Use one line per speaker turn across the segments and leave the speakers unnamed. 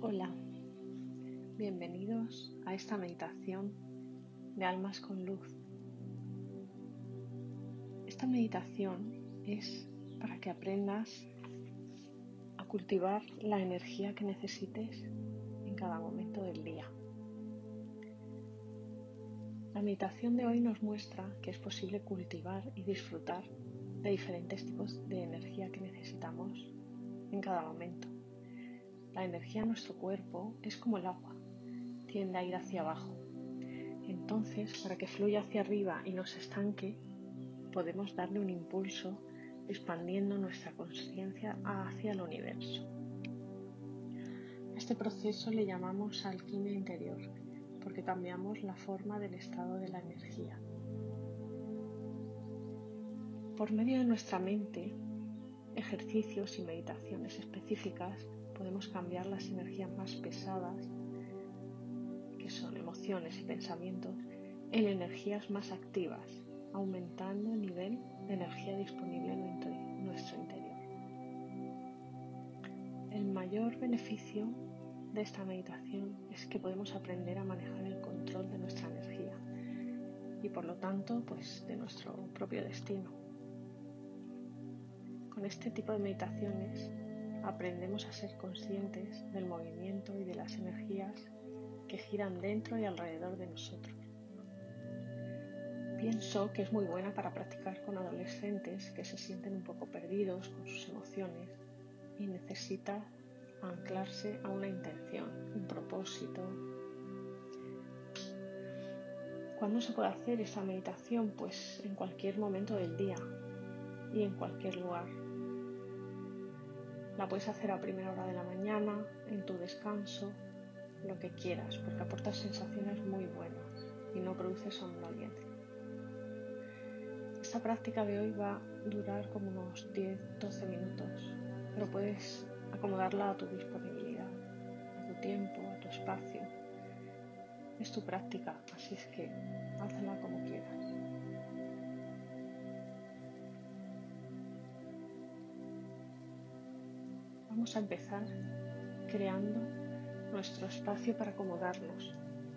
Hola, bienvenidos a esta meditación de almas con luz. Esta meditación es para que aprendas a cultivar la energía que necesites en cada momento del día. La meditación de hoy nos muestra que es posible cultivar y disfrutar de diferentes tipos de energía que necesitamos en cada momento. La energía en nuestro cuerpo es como el agua, tiende a ir hacia abajo. Entonces, para que fluya hacia arriba y no se estanque, podemos darle un impulso expandiendo nuestra conciencia hacia el universo. A este proceso le llamamos alquimia interior, porque cambiamos la forma del estado de la energía. Por medio de nuestra mente, ejercicios y meditaciones específicas, podemos cambiar las energías más pesadas, que son emociones y pensamientos, en energías más activas, aumentando el nivel de energía disponible en nuestro interior. El mayor beneficio de esta meditación es que podemos aprender a manejar el control de nuestra energía y por lo tanto, de nuestro propio destino. Con este tipo de meditaciones aprendemos a ser conscientes del movimiento y de las energías que giran dentro y alrededor de nosotros. Pienso que es muy buena para practicar con adolescentes que se sienten un poco perdidos con sus emociones y necesitan anclarse a una intención, un propósito. ¿Cuándo se puede hacer esa meditación? Pues en cualquier momento del día y en cualquier lugar. La puedes hacer a primera hora de la mañana, en tu descanso, lo que quieras, porque aporta sensaciones muy buenas y no produce somnolencia. Esta práctica de hoy va a durar como unos 10-12 minutos, pero puedes acomodarla a tu disponibilidad, a tu tiempo, a tu espacio. Es tu práctica, así es que hazla como quieras. Vamos a empezar creando nuestro espacio para acomodarnos.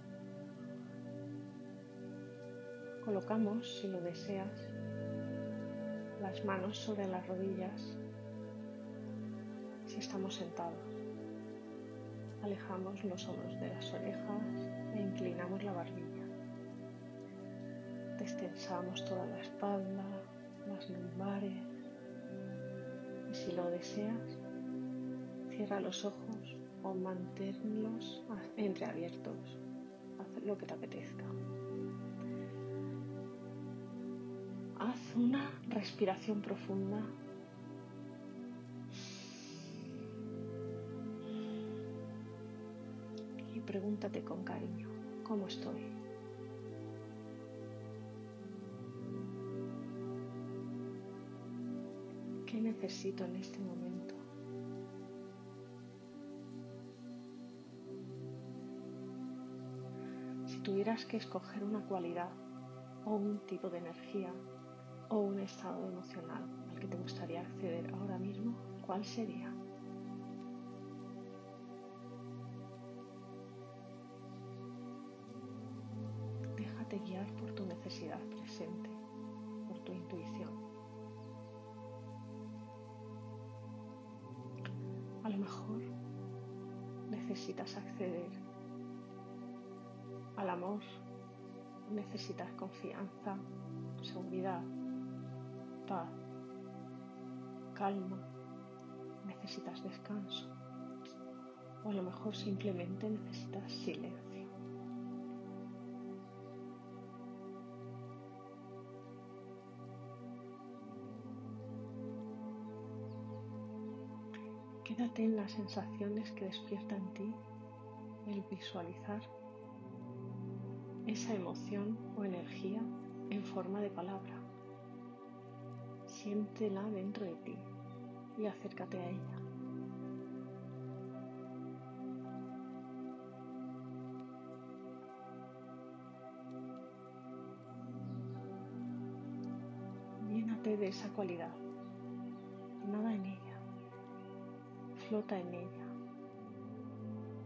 Colocamos, si lo deseas, las manos sobre las rodillas si estamos sentados. Alejamos los hombros de las orejas e inclinamos la barbilla. Destensamos toda la espalda, las lumbares y si lo deseas, cierra los ojos o manténlos entreabiertos. Haz lo que te apetezca. Haz una respiración profunda. Y pregúntate con cariño, ¿cómo estoy? ¿Qué necesito en este momento? Si tuvieras que escoger una cualidad o un tipo de energía o un estado emocional al que te gustaría acceder ahora mismo, ¿cuál sería? Déjate guiar por tu necesidad presente, por tu intuición. A lo mejor necesitas acceder al amor, necesitas confianza, seguridad, paz, calma, necesitas descanso o a lo mejor simplemente necesitas silencio. Quédate en las sensaciones que despierta en ti el visualizar esa emoción o energía en forma de palabra. Siéntela dentro de ti y acércate a ella. Llénate de esa cualidad. Nada en ella. Flota en ella.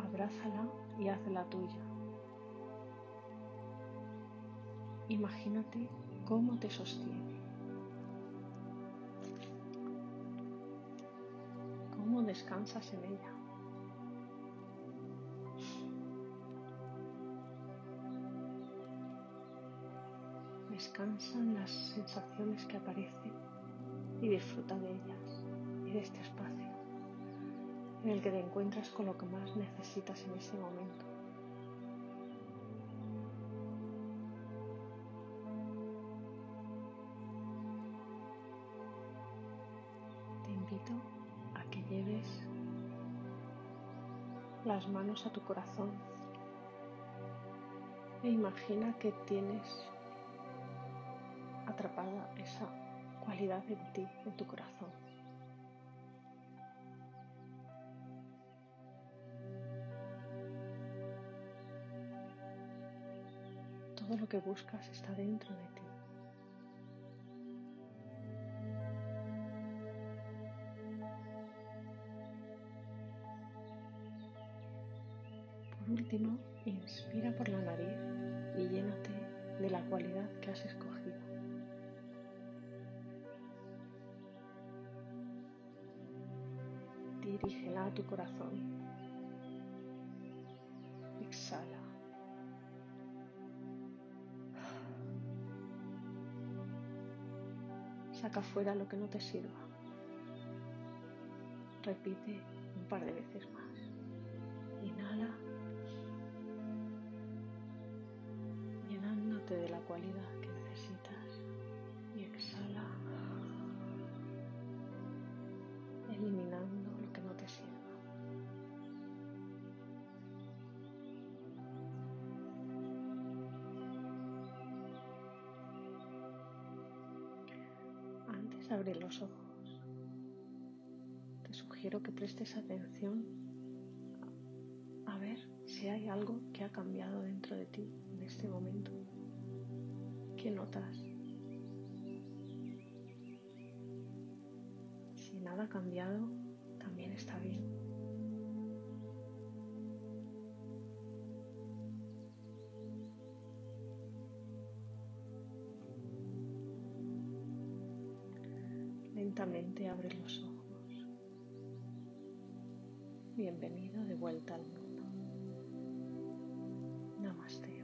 Abrázala y hazla tuya. Imagínate cómo te sostiene, cómo descansas en ella. Descansa en las sensaciones que aparecen y disfruta de ellas y de este espacio en el que te encuentras con lo que más necesitas en ese momento. Te invito a que lleves las manos a tu corazón e imagina que tienes atrapada esa cualidad en ti, en tu corazón. Todo lo que buscas está dentro de ti. Por último, inspira por la nariz y llénate de la cualidad que has escogido. Dirígela a tu corazón. Exhala. Saca fuera lo que no te sirva. Repite un par de veces más. Inhala, llenándote de la cualidad que necesitas. Y exhala, eliminando lo que no te sirva. Antes de abrir los ojos, te sugiero que prestes atención a ver si hay algo que ha cambiado dentro de ti en este momento. ¿Qué notas? Si nada ha cambiado, también está bien. Lentamente abre los ojos. Bienvenido de vuelta al mundo. Namaste.